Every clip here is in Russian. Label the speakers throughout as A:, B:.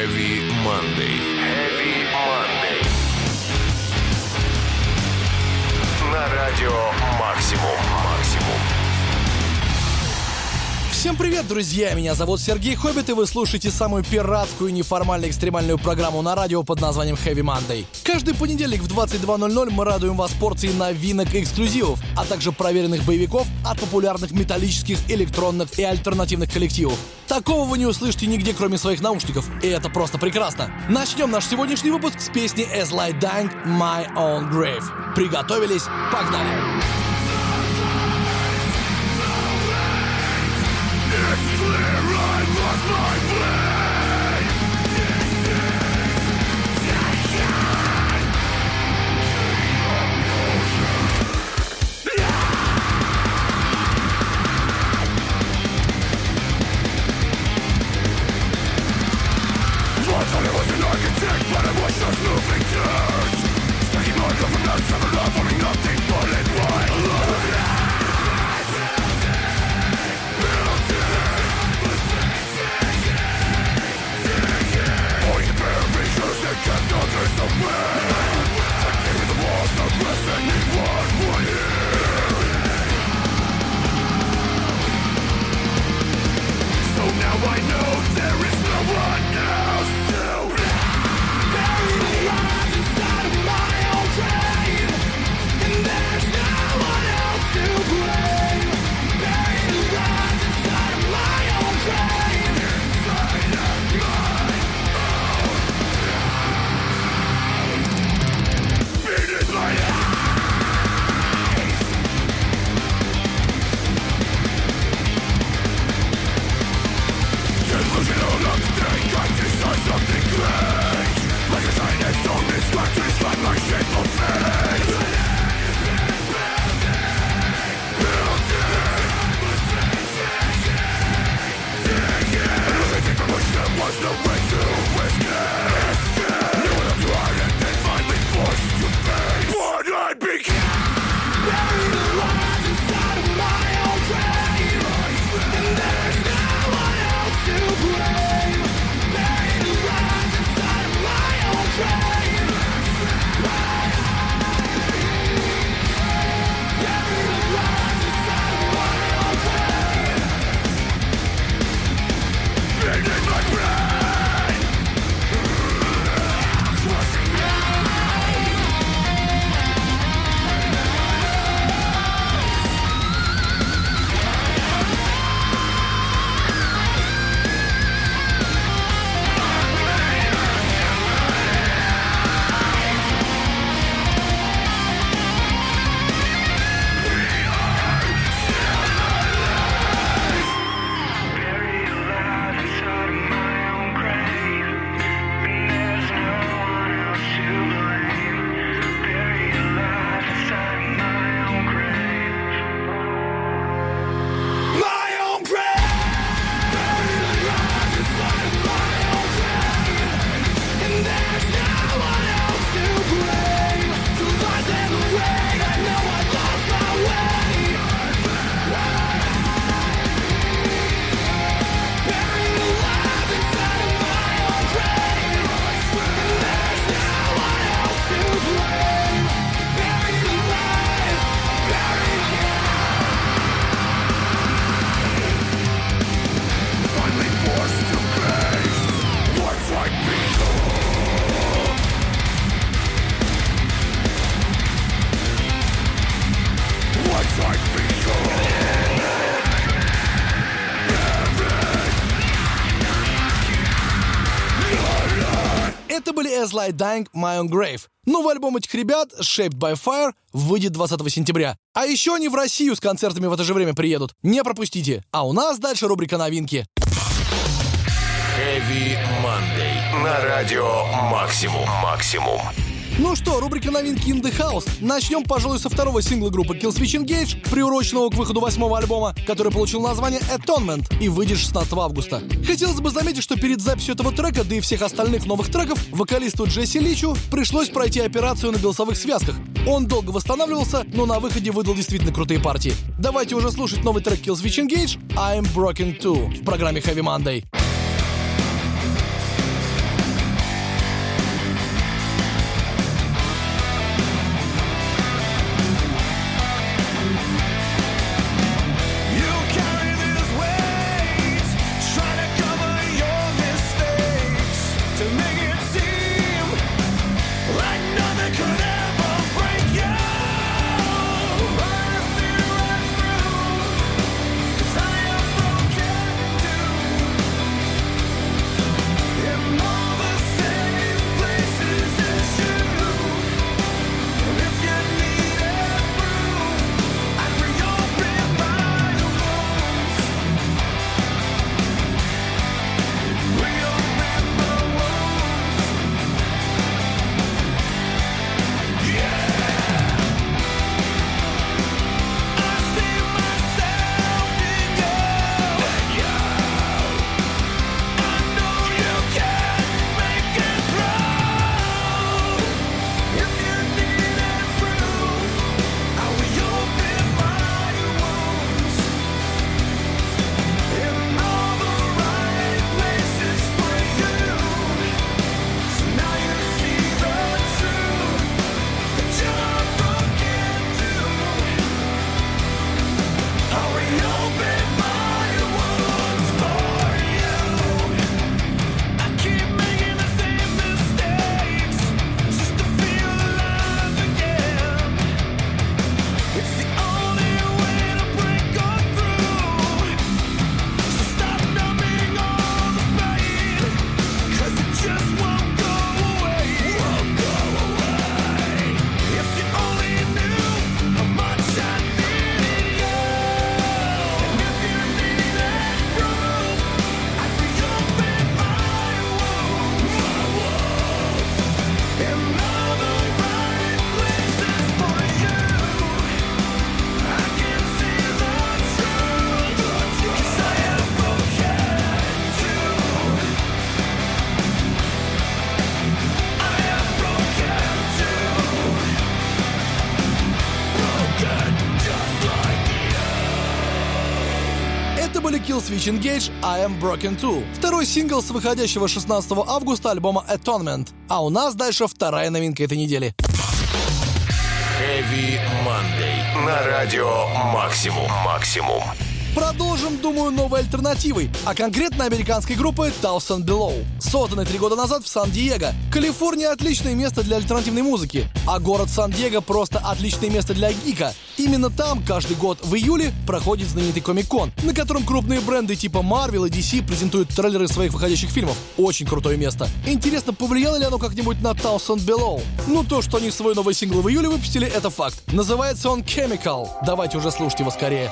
A: Heavy Monday. Heavy Monday. На радио Максимум.
B: Всем привет, друзья! Меня зовут Сергей Хоббит, и вы слушаете самую пиратскую, неформальную, экстремальную программу на радио под названием Heavy Monday. Каждый понедельник в 22:00 мы радуем вас порцией новинок и эксклюзивов, а также проверенных боевиков от популярных металлических, электронных и альтернативных коллективов. Такого вы не услышите нигде, кроме своих наушников, и это просто прекрасно. Начнем наш сегодняшний выпуск с песни As Light Dying, My Own Grave. Приготовились? Погнали!
C: It's clear I lost my blade. I thought I was an architect, but I was just moving dirt. Stacking my government, severed up, forming nothing but it right. Kept others away. Fighting with the walls, not listening what would hear. So now I know there is no one else to buried alive inside of my own grave, and there's no one else to blame. Buried alive inside of my own grave, inside of my my eyes. Delusional of the day, I decide something great. Like a giant stone is going to describe my shameful fate. And everything from which there was no way to escape. No one up to hide and then finally forced to face what I became. Buried alive inside of my own grave, and there's no one else to blame. Buried alive inside of my own grave. Buried alive inside of my own grave. Buried in my brain. Crushing me.
B: Это были As Light Dying, My Own Grave. Новый альбом этих ребят, Shaped by Fire, выйдет 20 сентября. А еще они в Россию с концертами в это же время приедут. Не пропустите. А у нас дальше рубрика новинки.
A: Heavy Monday. На радио Максимум.
B: Ну что, рубрика новинки In The House. Начнем, пожалуй, со второго сингла группы Killswitch Engage, приуроченного к выходу 8-го альбома, который получил название Atonement и выйдет 16 августа. Хотелось бы заметить, что перед записью этого трека, да и всех остальных новых треков, вокалисту Джесси Личу пришлось пройти операцию на голосовых связках. Он долго восстанавливался, но на выходе выдал действительно крутые партии. Давайте уже слушать новый трек Killswitch Engage I'm Broken Too в программе Heavy Monday. Это были Killswitch Engage I Am Broken Too, второй сингл с выходящего 16 августа альбома Atonement. А у нас дальше вторая новинка этой недели.
A: Heavy Monday на радио Максимум.
B: Продолжим, думаю, новой альтернативой, а конкретно американской группы Thousand Below. Созданной 3 года назад в Сан-Диего. Калифорния — отличное место для альтернативной музыки, а город Сан-Диего — просто отличное место для гика. Именно там каждый год в июле проходит знаменитый Комик-кон, на котором крупные бренды типа Marvel и DC презентуют трейлеры своих выходящих фильмов. Очень крутое место. Интересно, повлияло ли оно как-нибудь на Thousand Below? Ну, то, что они свой новый сингл в июле выпустили, это факт. Называется он Chemical. Давайте уже слушать его скорее.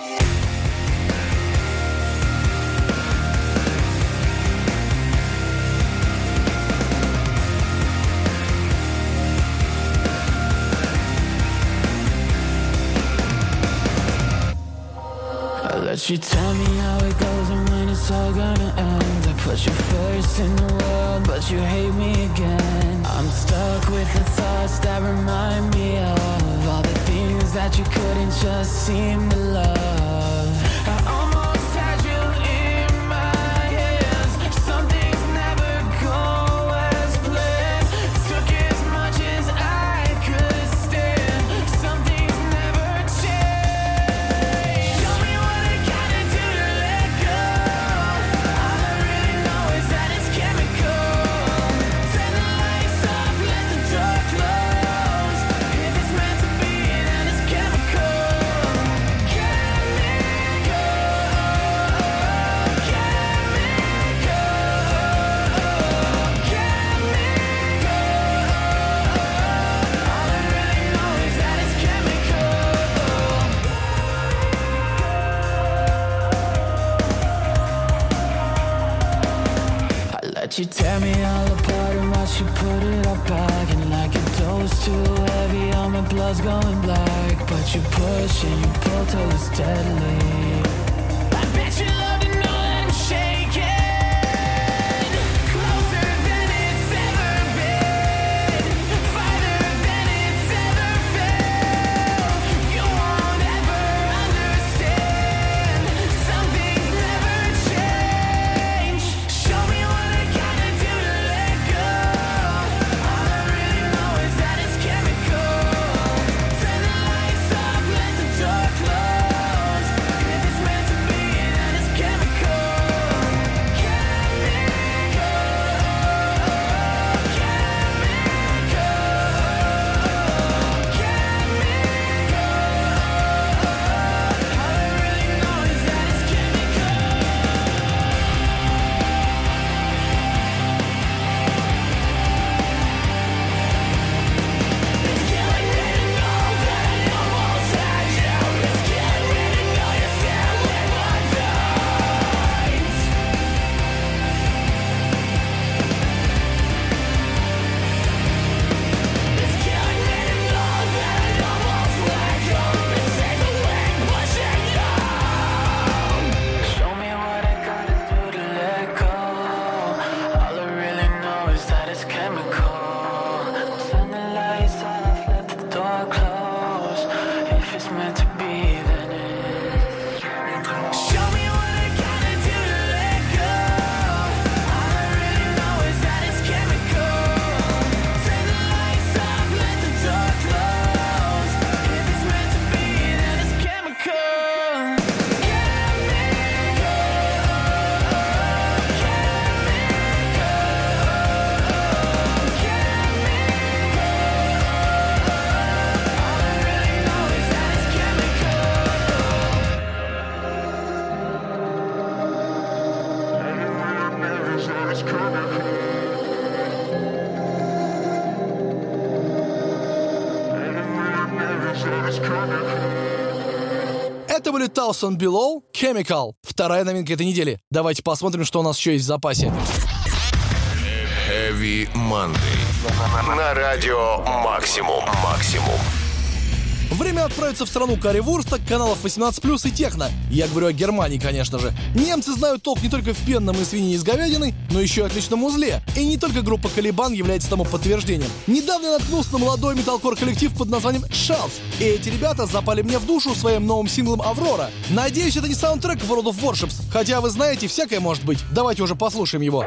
D: Let you tell me how it goes and when it's all gonna end. I put you first in the world, but you hate me again. I'm stuck with the thoughts that remind me of all the things that you couldn't just seem to love. I almost had you in my hands. Some things never go as planned. Took as much as I could stand. Some things never change. Show me what I gotta do to let go. All I really know is that it's chemical. Turn the lights off, let the door close. If it's meant to be, then it's chemical. You tear me all apart and watch you put it all back. And like a doze too heavy, all my blood's going black. But you push and you pull till it's deadly. I bet you love to know that I'm shaking. Closer than it's ever been. Farther than it's ever felt. You won't ever understand. Some things never change. Show me what I gotta do to let go. All I really know is that it's chemical. Turn the lights off, let the door close. If it's meant to be, then it's chemical. All I really know is that it's chemical. It's killing me to know that I almost had you. It's killing me to know you're still in my thoughts. It's killing me to know that I almost let go. Mistakes are like pushing you. Show me what I gotta do to let go. All I really know is that it's chemical. Turn the lights off, let the door close. If it's meant to be, then it's chemical. Show me what I gotta do to let go. All I really know is that it's chemical. Turn the lights off, let the door close. If it's meant to be, then it's chemical.
B: Это были Thousand Below, Chemical. Вторая новинка этой недели. Давайте посмотрим, что у нас еще есть в запасе.
A: Heavy Monday на радио Максимум.
B: Время отправиться в страну карри-вурста, каналов 18+, и техно. Я говорю о Германии, конечно же. Немцы знают толк не только в пенном и свинине из говядины, но еще и отличном узле. И не только группа Caliban является тому подтверждением. Недавно я наткнулся на молодой металкор-коллектив под названием Shells. И эти ребята запали мне в душу своим новым синглом «Аврора». Надеюсь, это не саундтрек World of Warships. Хотя, вы знаете, всякое может быть. Давайте уже послушаем его.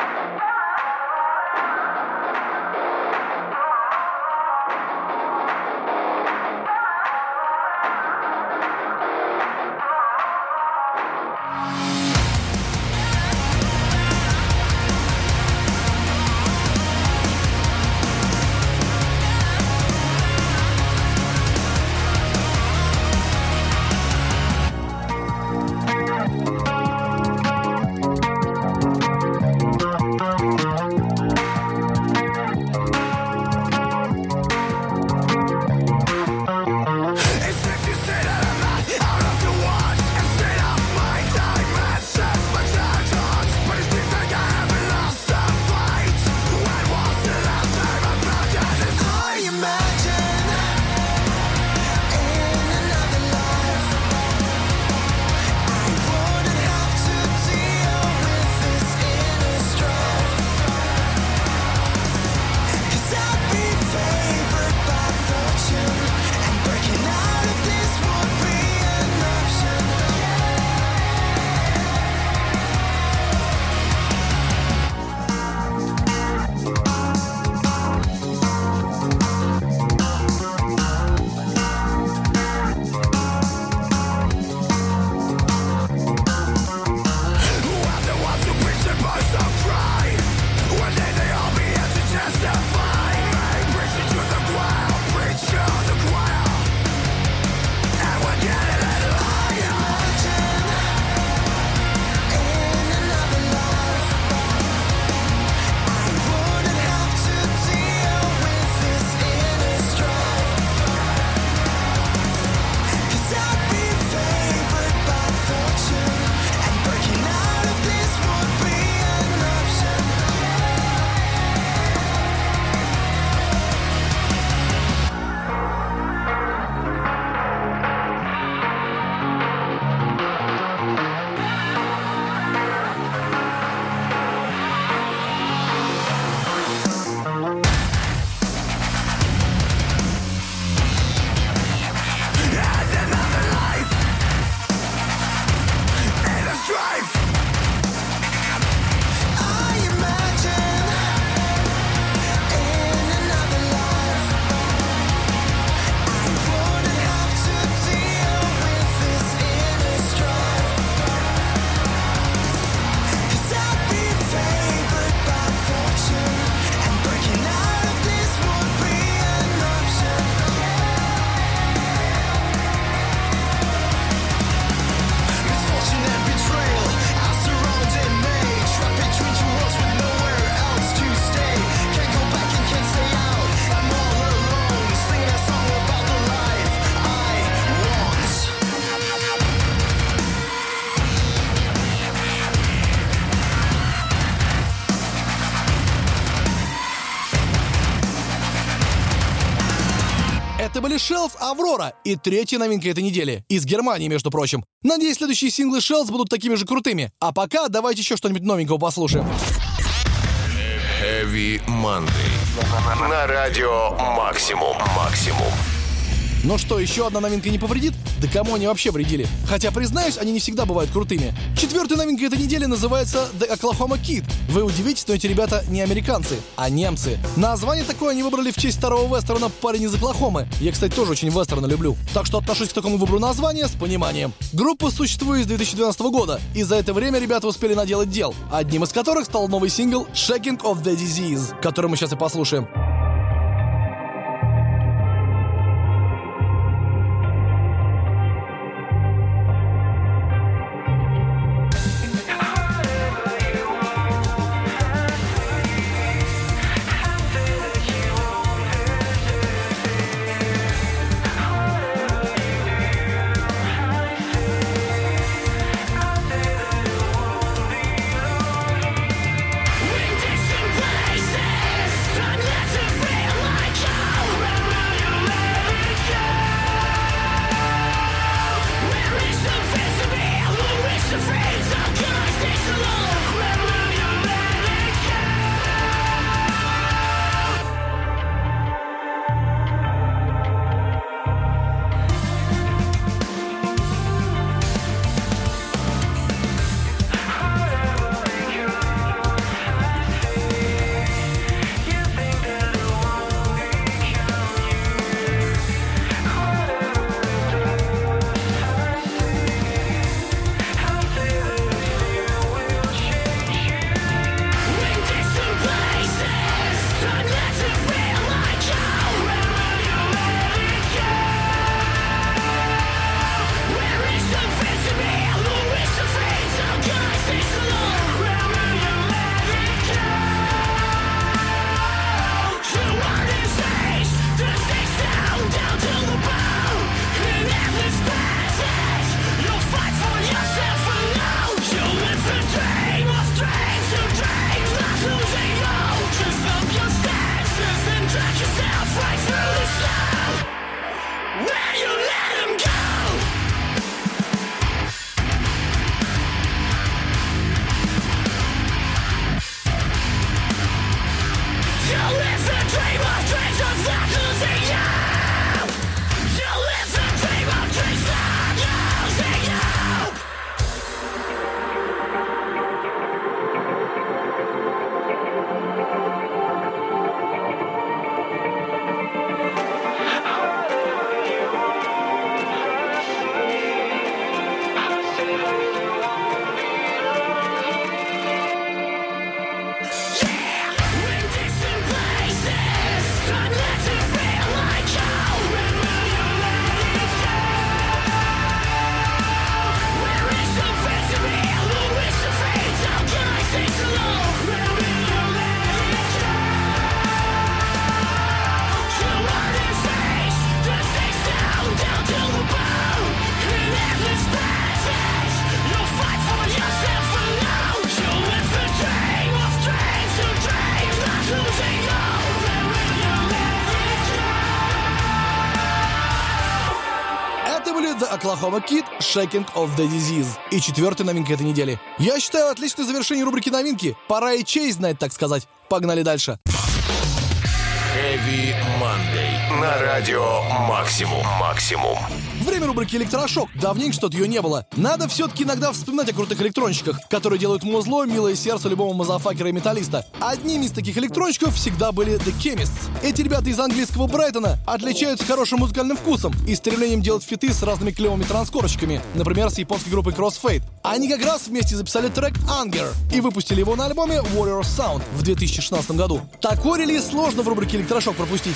B: Это были Shells, Аврора и третья новинка этой недели. Из Германии, между прочим. Надеюсь, следующие синглы Shells будут такими же крутыми. А пока давайте еще что-нибудь новенького послушаем.
A: Heavy Monday. На радио Максимум.
B: Ну что, еще одна новинка не повредит? Да кому они вообще вредили? Хотя, признаюсь, они не всегда бывают крутыми. Четвертая новинка этой недели называется The Oklahoma Kid. Вы удивитесь, но эти ребята не американцы, а немцы. Название такое они выбрали в честь второго вестерна «Парень из Оклахомы». Я, кстати, тоже очень вестерна люблю. Так что отношусь к такому выбору названия с пониманием. Группа существует с 2012 года, и за это время ребята успели наделать дел, одним из которых стал новый сингл «Shaking of the Disease», который мы сейчас и послушаем.
C: Places, I'm
B: Oklahoma Kid, Shaking of the Disease. И четвертая новинка этой недели. Я считаю, отличное завершение рубрики новинки. Пора и честь знать, так сказать. Погнали дальше.
A: Heavy Monday. На радио Максимум.
B: Время рубрики «Электрошок». Давненько что-то ее не было. Надо все-таки иногда вспоминать о крутых электронщиках, которые делают музло, милое сердце любому мазафакера и металлиста. Одними из таких электронщиков всегда были The Chemists. Эти ребята из английского Брайтона отличаются хорошим музыкальным вкусом и стремлением делать фиты с разными клевыми транскорочками, например, с японской группой Crossfade. Они как раз вместе записали трек «Anger» и выпустили его на альбоме Warrior Sound в 2016 году. Такой релиз сложно в рубрике «Электрошок» пропустить.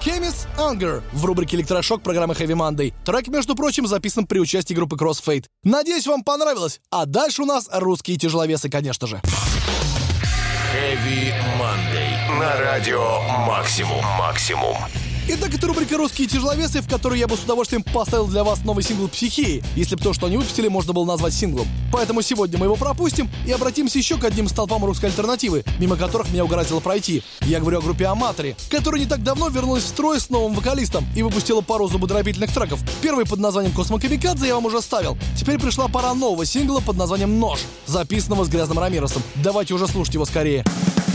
B: Chemist Anger в рубрике «Электрошок» программы Heavy Monday. Трек, между прочим, записан при участии группы Crossfade. Надеюсь, вам понравилось. А дальше у нас русские тяжеловесы, конечно же.
A: Heavy Monday на радио Максимум.
B: Итак, это рубрика «Русские тяжеловесы», в которой я бы с удовольствием поставил для вас новый сингл «Психии», если бы то, что они выпустили, можно было назвать синглом. Поэтому сегодня мы его пропустим и обратимся еще к одним столпам русской альтернативы, мимо которых меня угораздило пройти. Я говорю о группе «Аматори», которая не так давно вернулась в строй с новым вокалистом и выпустила пару зубодробительных треков. Первый под названием «Космокамикадзе» я вам уже ставил. Теперь пришла пора нового сингла под названием «Нож», записанного с Грязным Рамиросом. Давайте уже слушать его скорее.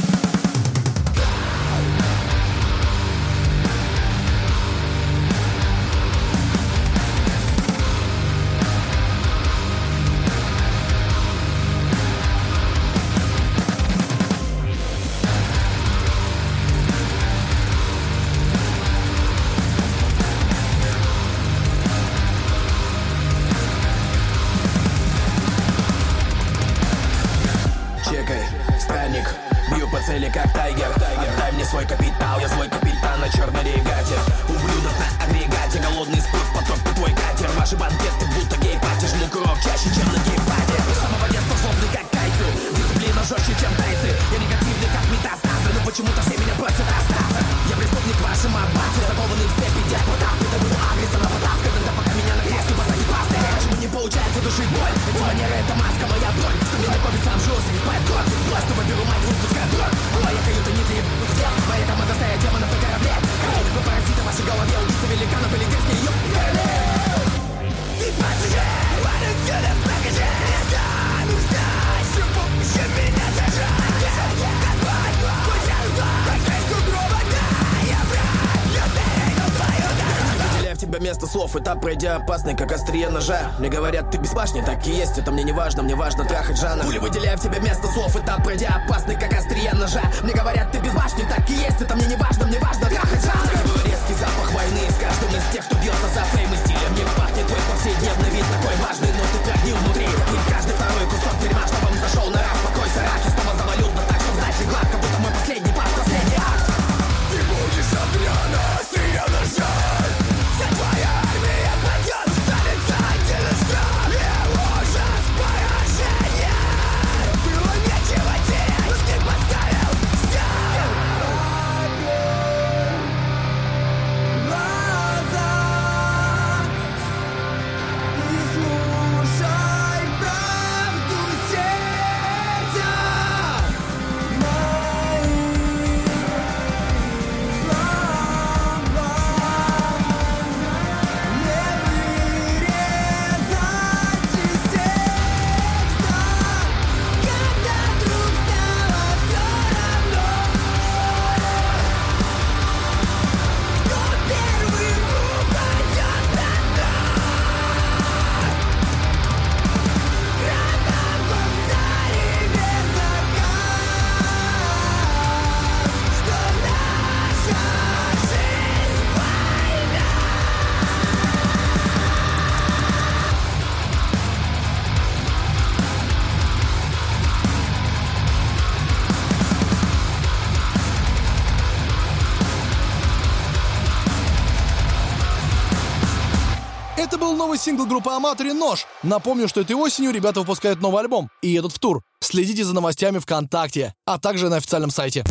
E: Как тайгер, отдай мне свой капитал. Я злой капитан на черной регате. Ублюдок на агрегате, голодный спит, потоп твой катер. Ваши банкеты будто гей-пати, жму курок чаще, чем на гей-пати. С самого детства злобный как тайцу, дисциплина жестче, чем тайцы. Я негативный как метастазы, но почему-то все меня просят остаться. Я преступник в вашем аббате, закованный в цепи деспота. Это буду агрессор на потаск, когда пока меня на крест не посадит пастой. Почему не получается душить боль? Эти манеры — это маска, моя бронь. Что мне накопит сам жил, согибает кровь. Власть, поберу мать, выпускай бронь. Моя каюта не требует дел. Моя команда стоит демонов на корабле. Вы паразиты в вашей голове, убийцы великанов или детские ёбкали. Ты подожди, вон отсюда покажи. Я нуждаюсь, помощи меня зажать. Какой путь огонь, как крышку гроба, да. Я брат, я перейду твою дорогу. Выделяю в тебя место слов, этап пройдя опасный, как острие ножа. Мне говорят, ты без башни, так и есть. Это мне не важно трахать Жанна. Пули выделяю в тебя место слов, этап пройдя опасный, как острие ножа. Мне говорят, ты без башни, так и есть. Это мне не важно трахать Жанна. Резкий запах войны с каждым из тех, кто бьется за фейм и стилем. Не пахнет твой повседневный вид, такой важный, но ты прогнил внутри. И каждый второй кусок дерьма, чтобы он зашел на раз. Покойся, рак, и снова завалил, да так, что знать же гладко, будто мой последний пас, последний акт.
C: Ты будешь обряна, острия ножа. Вся твоя армия пойдет, станется отдельно стран. И ужас поражения. Было нечего терять, ты поставил все. Глаза и слушай правду сердца. Мои
B: Это был новый сингл группы «Аматори» «Нож». Напомню, что этой осенью ребята выпускают новый альбом и едут в тур. Следите за новостями ВКонтакте, а также на официальном сайте.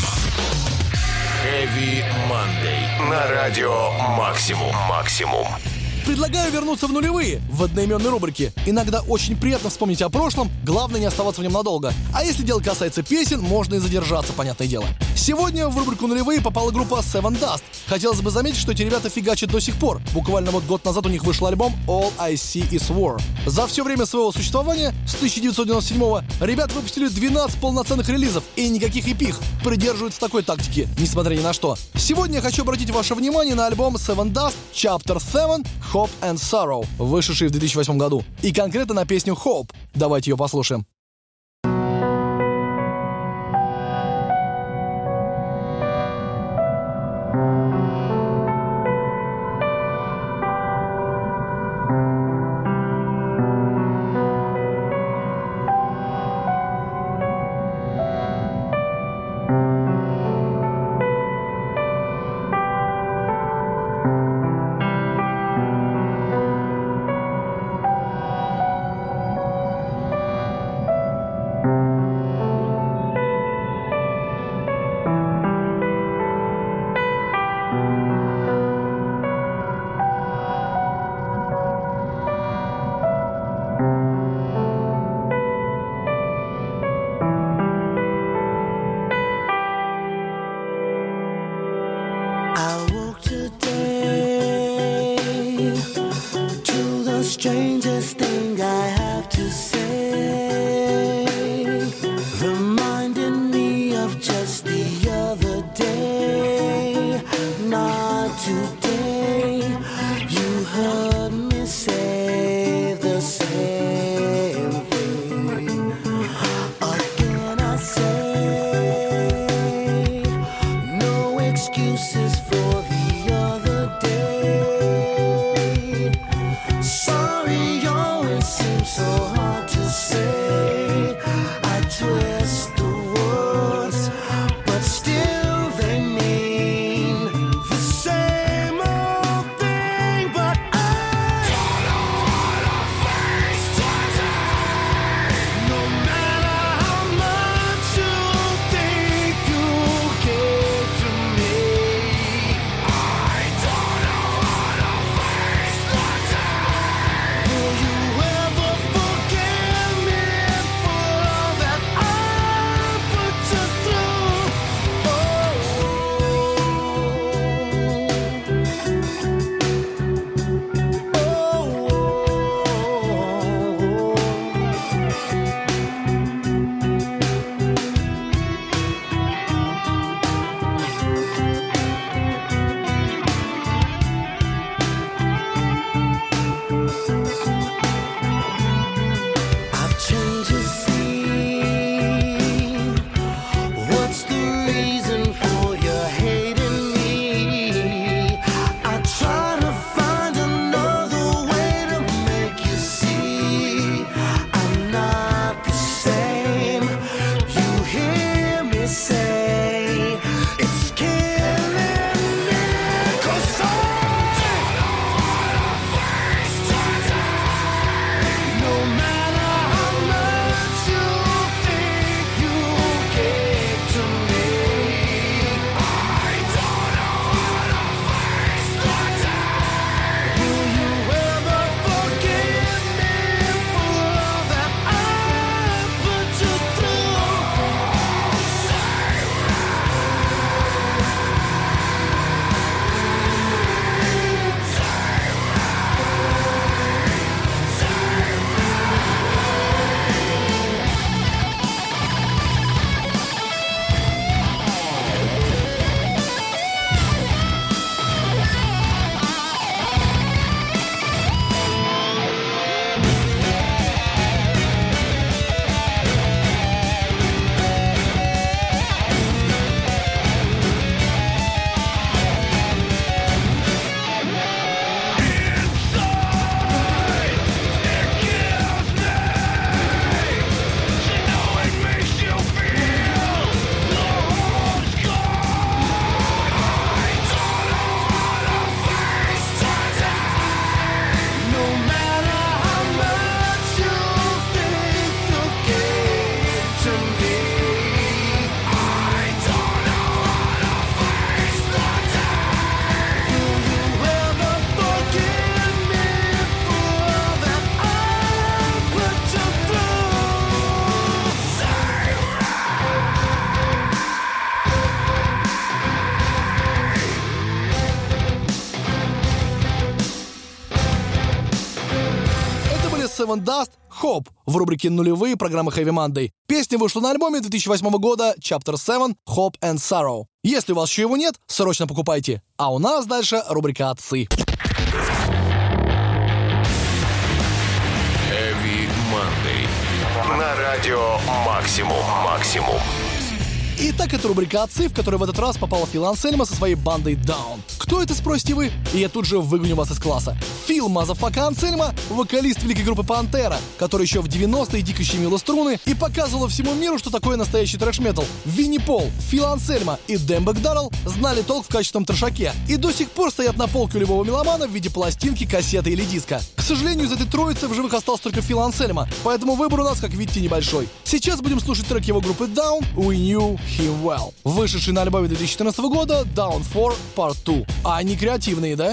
A: Heavy Monday на радио Максимум.
B: Предлагаю вернуться в нулевые, в одноименной рубрике. Иногда очень приятно вспомнить о прошлом, главное не оставаться в нем надолго. А если дело касается песен, можно и задержаться, понятное дело. Сегодня в рубрику «Нулевые» попала группа Seven Dust. Хотелось бы заметить, что эти ребята фигачат до сих пор. Буквально вот год назад у них вышел альбом All I See Is War. За все время своего существования, с 1997-го, ребята выпустили 12 полноценных релизов и никаких эпих. Придерживаются такой тактики, несмотря ни на что. Сегодня я хочу обратить ваше внимание на альбом Seven Dust Chapter 7 Hope and Sorrow, вышедший в 2008 году. И конкретно на песню Hope. Давайте ее послушаем.
F: strangest thing I have to say, reminding me of just the other day. Not today, you heard me say the same thing. Again I say, no excuses for the other day. Sorry always seems so hard to say. I twist the words, but still they mean the same old thing. But I don't know how to face today. No matter how much you think you gave to me, I don't know how to face the day. Will you ever forgive me for all that I put you through? Oh. I've changed the scene. What's the reason for your hating me? I try to find another way to make you see I'm not the same. You hear me say it's killing me, 'cause I don't know how to face today. No matter how much you think you gave to me, I don't know how to face the day. Will you ever forgive me for all that I put you through? No matter how much you think you gave to me, I don't know how to face the day. Will you ever forgive me for all that I put you through?
B: Это были Seven Dust, Hope в рубрике «Нулевые» программы Heavy Monday. Песня вышла на альбоме 2008 года Chapter 7 Hope and Sorrow. Если у вас еще его нет, срочно покупайте. А у нас дальше рубрика «Отцы».
A: Heavy Monday. На радио Максимум.
B: Итак, это рубрика «Отцы», в которой в этот раз попал Фил Ансельмо со своей бандой Down. Кто это, спросите вы? И я тут же выгоню вас из класса. Фил Мазафака Ансельмо — вокалист великой группы «Пантера», который еще в 90-е дико щемила струны и показывала всему миру, что такое настоящий трэш-метал. Винни Пол, Фил Ансельмо и Дэмбек Даррелл знали толк в качественном трэшаке и до сих пор стоят на полке у любого меломана в виде пластинки, кассеты или диска. К сожалению, из этой троицы в живых остался только Фил Ансельмо, поэтому выбор у нас, как видите, небольшой. Сейчас будем слушать трек его группы Down «We Knew Him Well», вышедший на альбоме 2014 года Down 4 Part 2. А они креативные, да?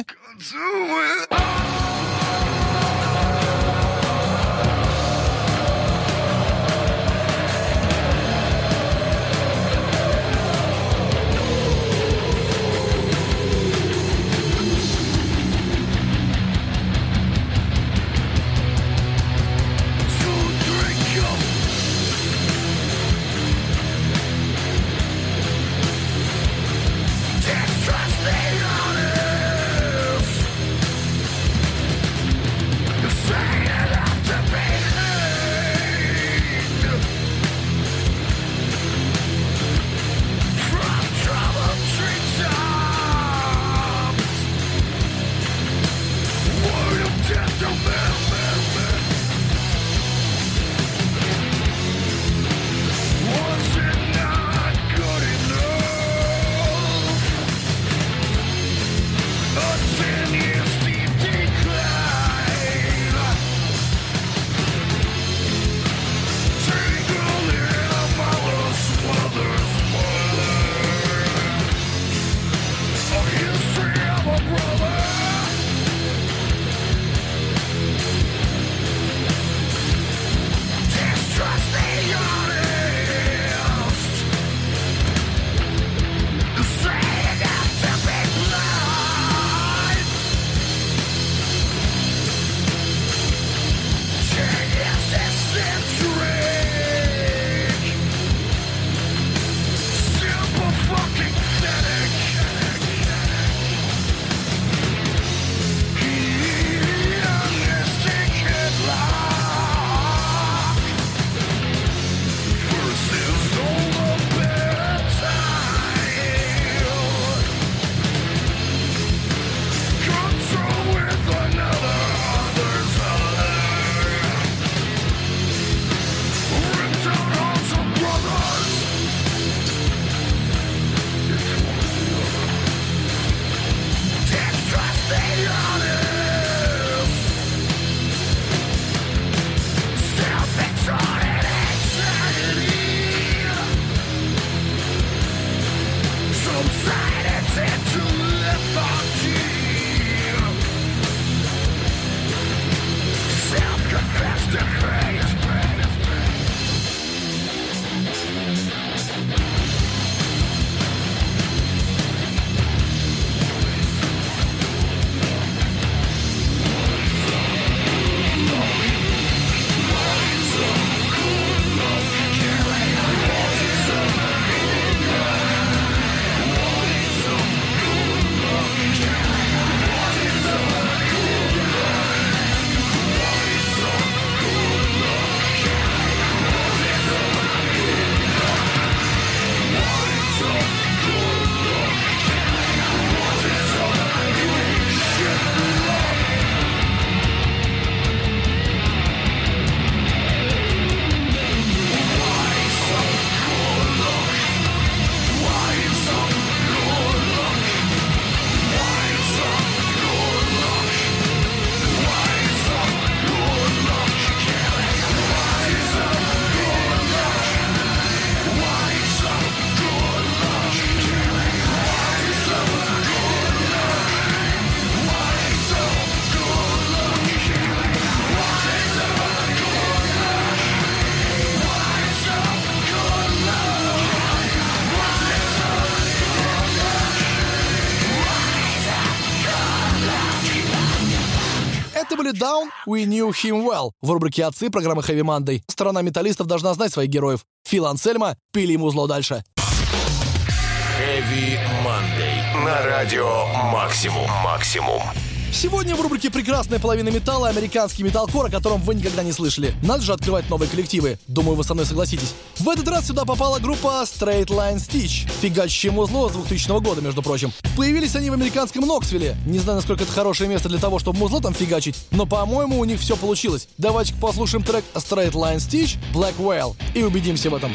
B: Down, We Knew Him Well. В рубрике «Отцы» программы Heavy Monday. Сторона металлистов должна знать своих героев. Фил Ансельмо, пили музло дальше.
A: Heavy Monday. На радио Максимум.
B: Сегодня в рубрике «Прекрасная половина металла» американский металкор, о котором вы никогда не слышали. Надо же открывать новые коллективы. Думаю, вы со мной согласитесь. В этот раз сюда попала группа Straight Line Stitch, фигачащее музло с 2000 года, между прочим. Появились они в американском Ноксвилле. Не знаю, насколько это хорошее место для того, чтобы музло там фигачить, но, по-моему, у них все получилось. Давайте-ка послушаем трек Straight Line Stitch, Black Whale, и убедимся в этом.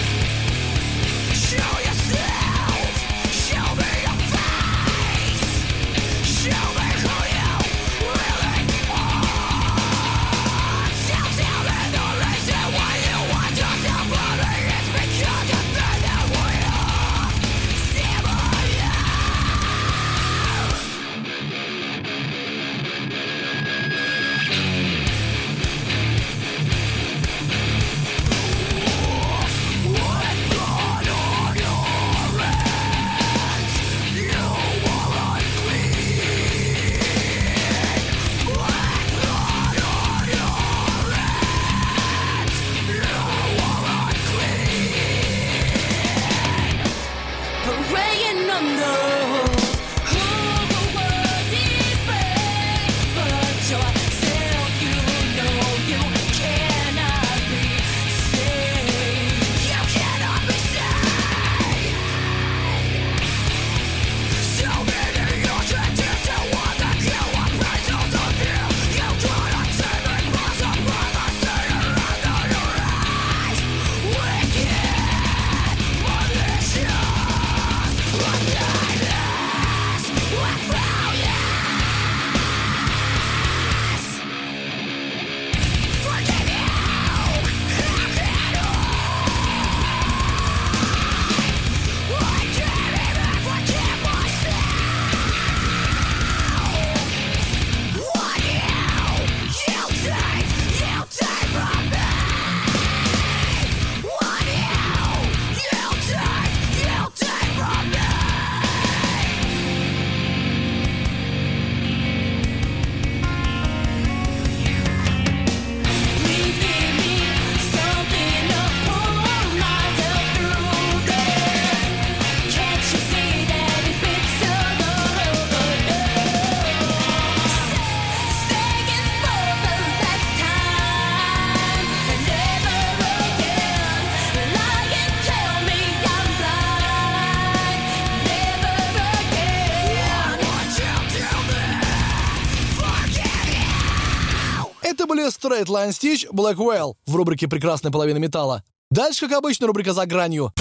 B: Straight Line Stitch, Black Whale в рубрике «Прекрасная половина металла». Дальше, как обычно, рубрика «За гранью».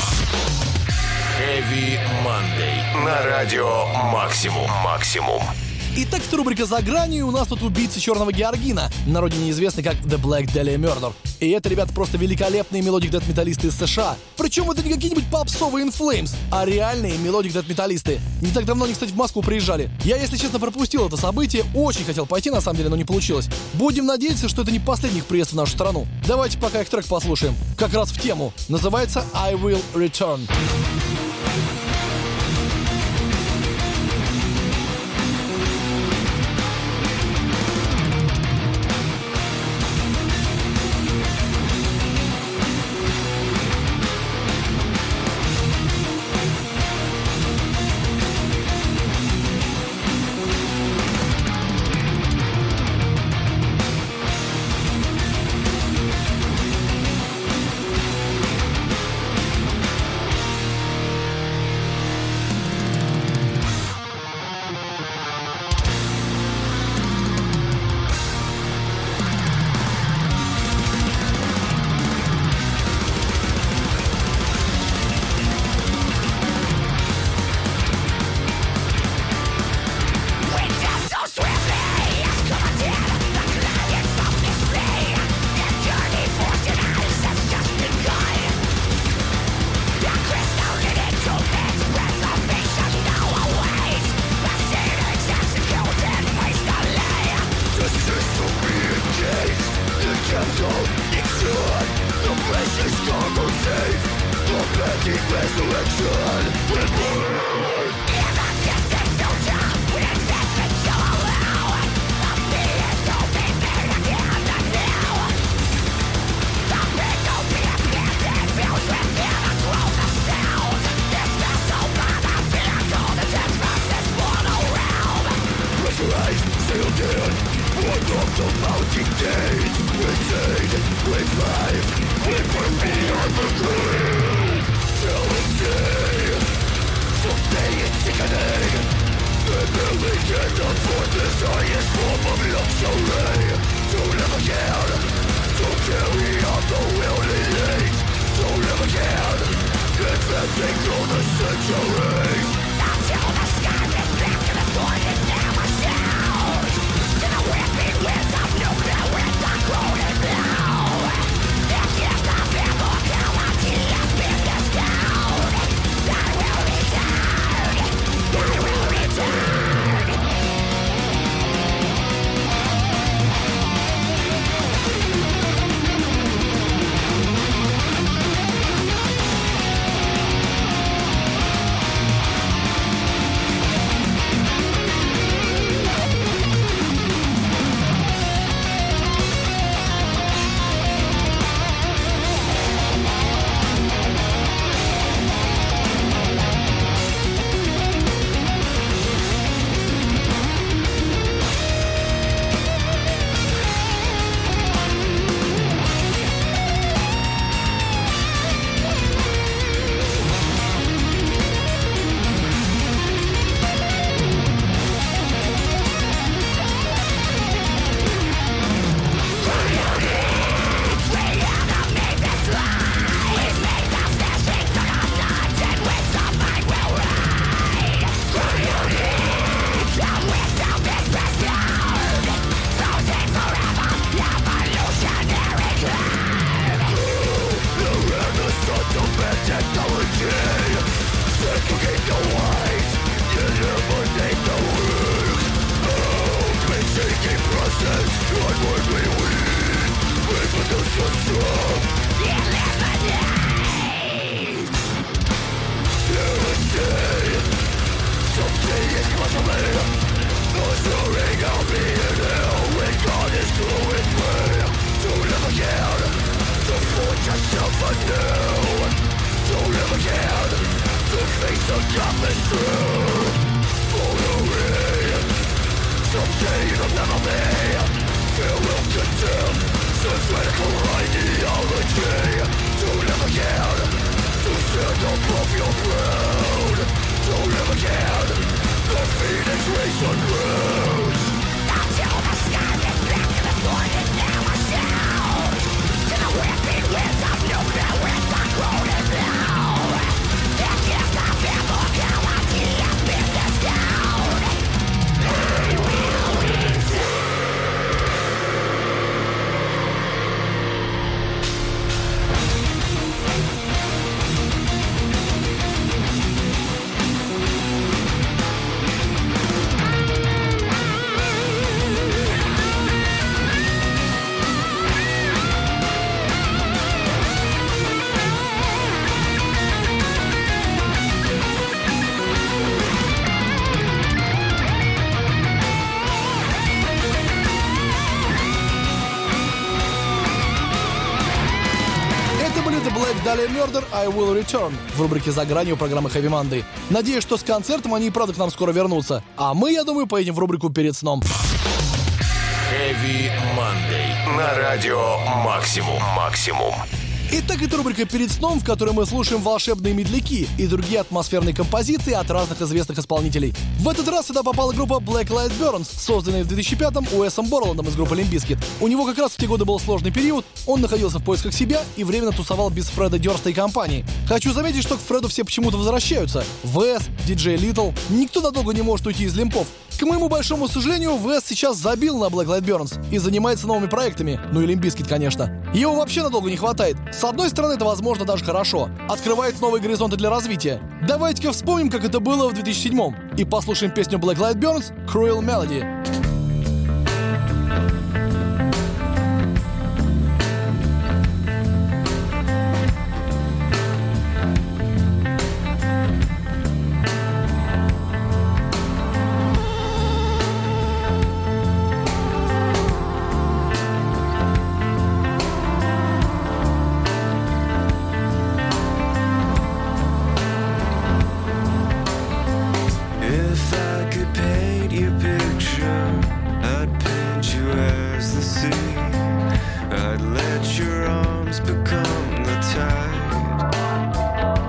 A: Heavy Monday. На радио Максимум.
B: Итак, это рубрика «За гранью», у нас тут убийцы Черного Георгина, на родине известный как The Black Dahlia Murder. И это, ребята, просто великолепные мелодик дэт-металлисты из США. Причем это не какие-нибудь попсовые In Flames, а реальные мелодик дэт-металлисты. Не так давно они, кстати, в Москву приезжали. Я, если честно, пропустил это событие, очень хотел пойти, на самом деле, но не получилось. Будем надеяться, что это не последний их приезд в нашу страну. Давайте пока их трек послушаем. Как раз в тему. Называется I Will Return.
C: Resurrection.
B: Далее Murder, I Will Return в рубрике «За гранью» программы Heavy Monday. Надеюсь, что с концертом они и правда к нам скоро вернутся. А мы, я думаю, поедем в рубрику «Перед сном».
A: Heavy Monday на радио Максимум.
B: Итак, это рубрика «Перед сном», в которой мы слушаем волшебные медляки и другие атмосферные композиции от разных известных исполнителей. В этот раз сюда попала группа Black Light Burns, созданная в 2005-м Уэсом Борландом из группы Limp Bizkit. У него как раз в те годы был сложный период, он находился в поисках себя и временно тусовал без Фреда Дёрста и компании. Хочу заметить, что к Фреду все почему-то возвращаются. ВС, Диджей Литл, никто надолго не может уйти из лимпов. К моему большому сожалению, ВС сейчас забил на Black Light Burns и занимается новыми проектами, ну и Limp Bizkit, конечно. Его вообще надолго не хватает. С одной стороны, это, возможно, даже хорошо. Открывает новые горизонты для развития. Давайте-ка вспомним, как это было в 2007-м. И послушаем песню Black Light Burns «Cruel Melody».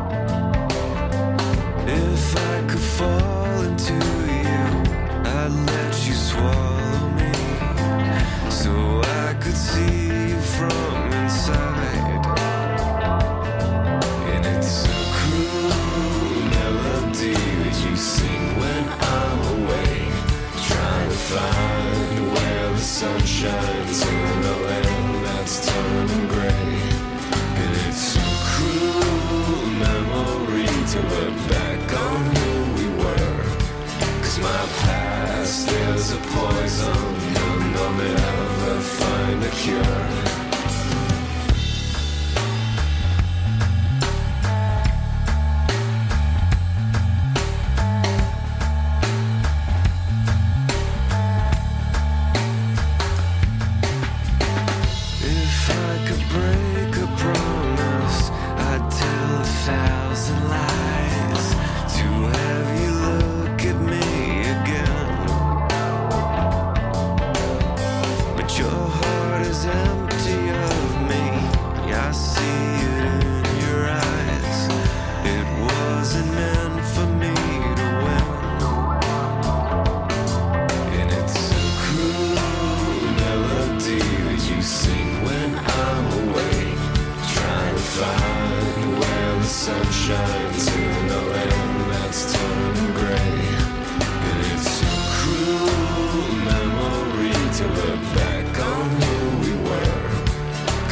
G: If I could fall into you, I'd let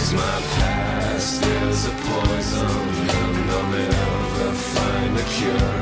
C: 'Cause my past is a poison and I'll never find a cure.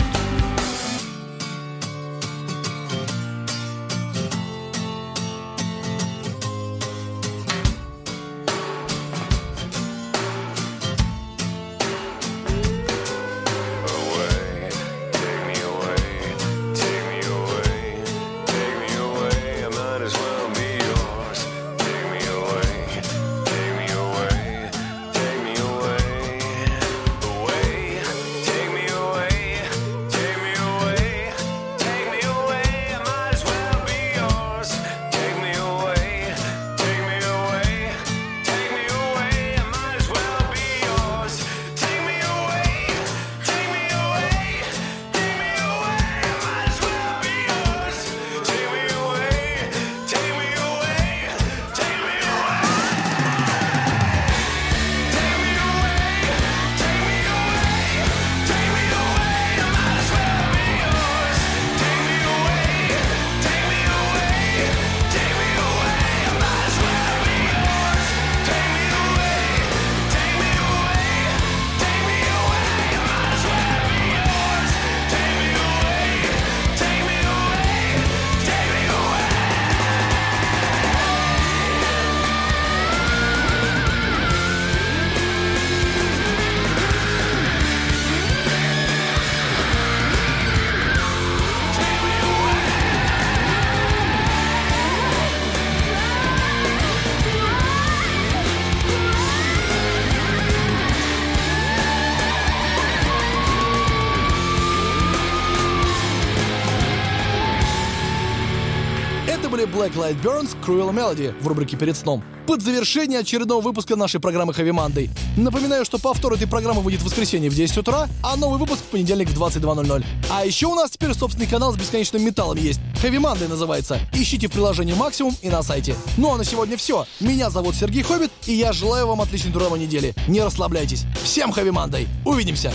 B: Black Light Burns, Cruel Melody в рубрике «Перед сном». Под завершение очередного выпуска нашей программы Heavy Monday. Напоминаю, что повтор этой программы выйдет в воскресенье в 10 утра, а новый выпуск в понедельник в 22:00. А еще у нас теперь собственный канал с бесконечным металлом есть. Heavy Monday называется. Ищите в приложении «Максимум» и на сайте. Ну а на сегодня все. Меня зовут Сергей Хоббит, и я желаю вам отличной трудовой недели. Не расслабляйтесь. Всем Heavy Monday. Увидимся.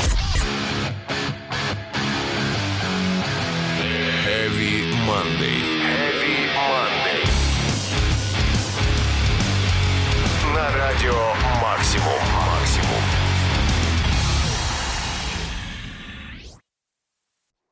A: Heavy Monday. На радио «Максимум».